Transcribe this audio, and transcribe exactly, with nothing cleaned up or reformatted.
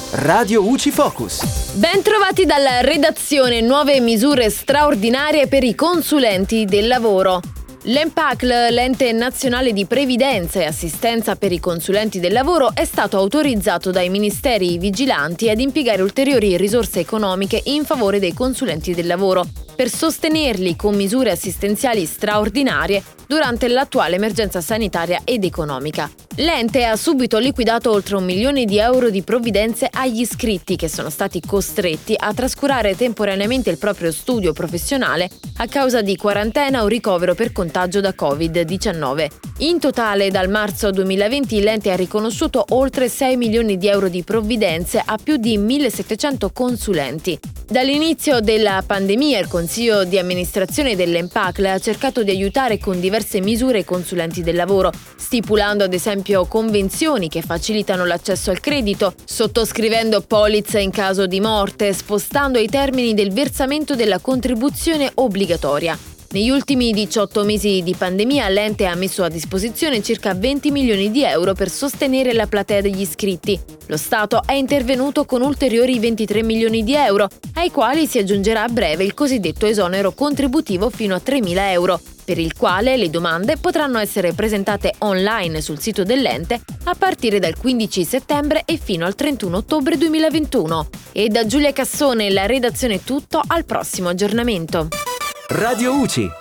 Radio U C I Focus. Ben trovati dalla redazione. Nuove misure straordinarie per i consulenti del lavoro. L'E N P A C L, l'Ente Nazionale di Previdenza e Assistenza per i Consulenti del Lavoro, è stato autorizzato dai ministeri vigilanti ad impiegare ulteriori risorse economiche in favore dei consulenti del lavoro, per sostenerli con misure assistenziali straordinarie durante l'attuale emergenza sanitaria ed economica. L'ente ha subito liquidato oltre un milione di euro di provvidenze agli iscritti che sono stati costretti a trascurare temporaneamente il proprio studio professionale a causa di quarantena o ricovero per contagio da covid diciannove. In totale, dal marzo duemilaventi, l'ente ha riconosciuto oltre sei milioni di euro di provvidenze a più di millesettecento consulenti. Dall'inizio della pandemia, il Consiglio di amministrazione dell'E N P A C L ha cercato di aiutare con diverse misure i consulenti del lavoro, stipulando ad esempio convenzioni che facilitano l'accesso al credito, sottoscrivendo polizze in caso di morte, spostando i termini del versamento della contribuzione obbligatoria. Negli ultimi diciotto mesi di pandemia l'ente ha messo a disposizione circa venti milioni di euro per sostenere la platea degli iscritti. Lo Stato è intervenuto con ulteriori ventitré milioni di euro, ai quali si aggiungerà a breve il cosiddetto esonero contributivo fino a tremila euro, per il quale le domande potranno essere presentate online sul sito dell'ente a partire dal quindici settembre e fino al trentuno ottobre duemilaventuno. E da Giulia Cassone, la redazione è tutto, al prossimo aggiornamento. Radio U C I,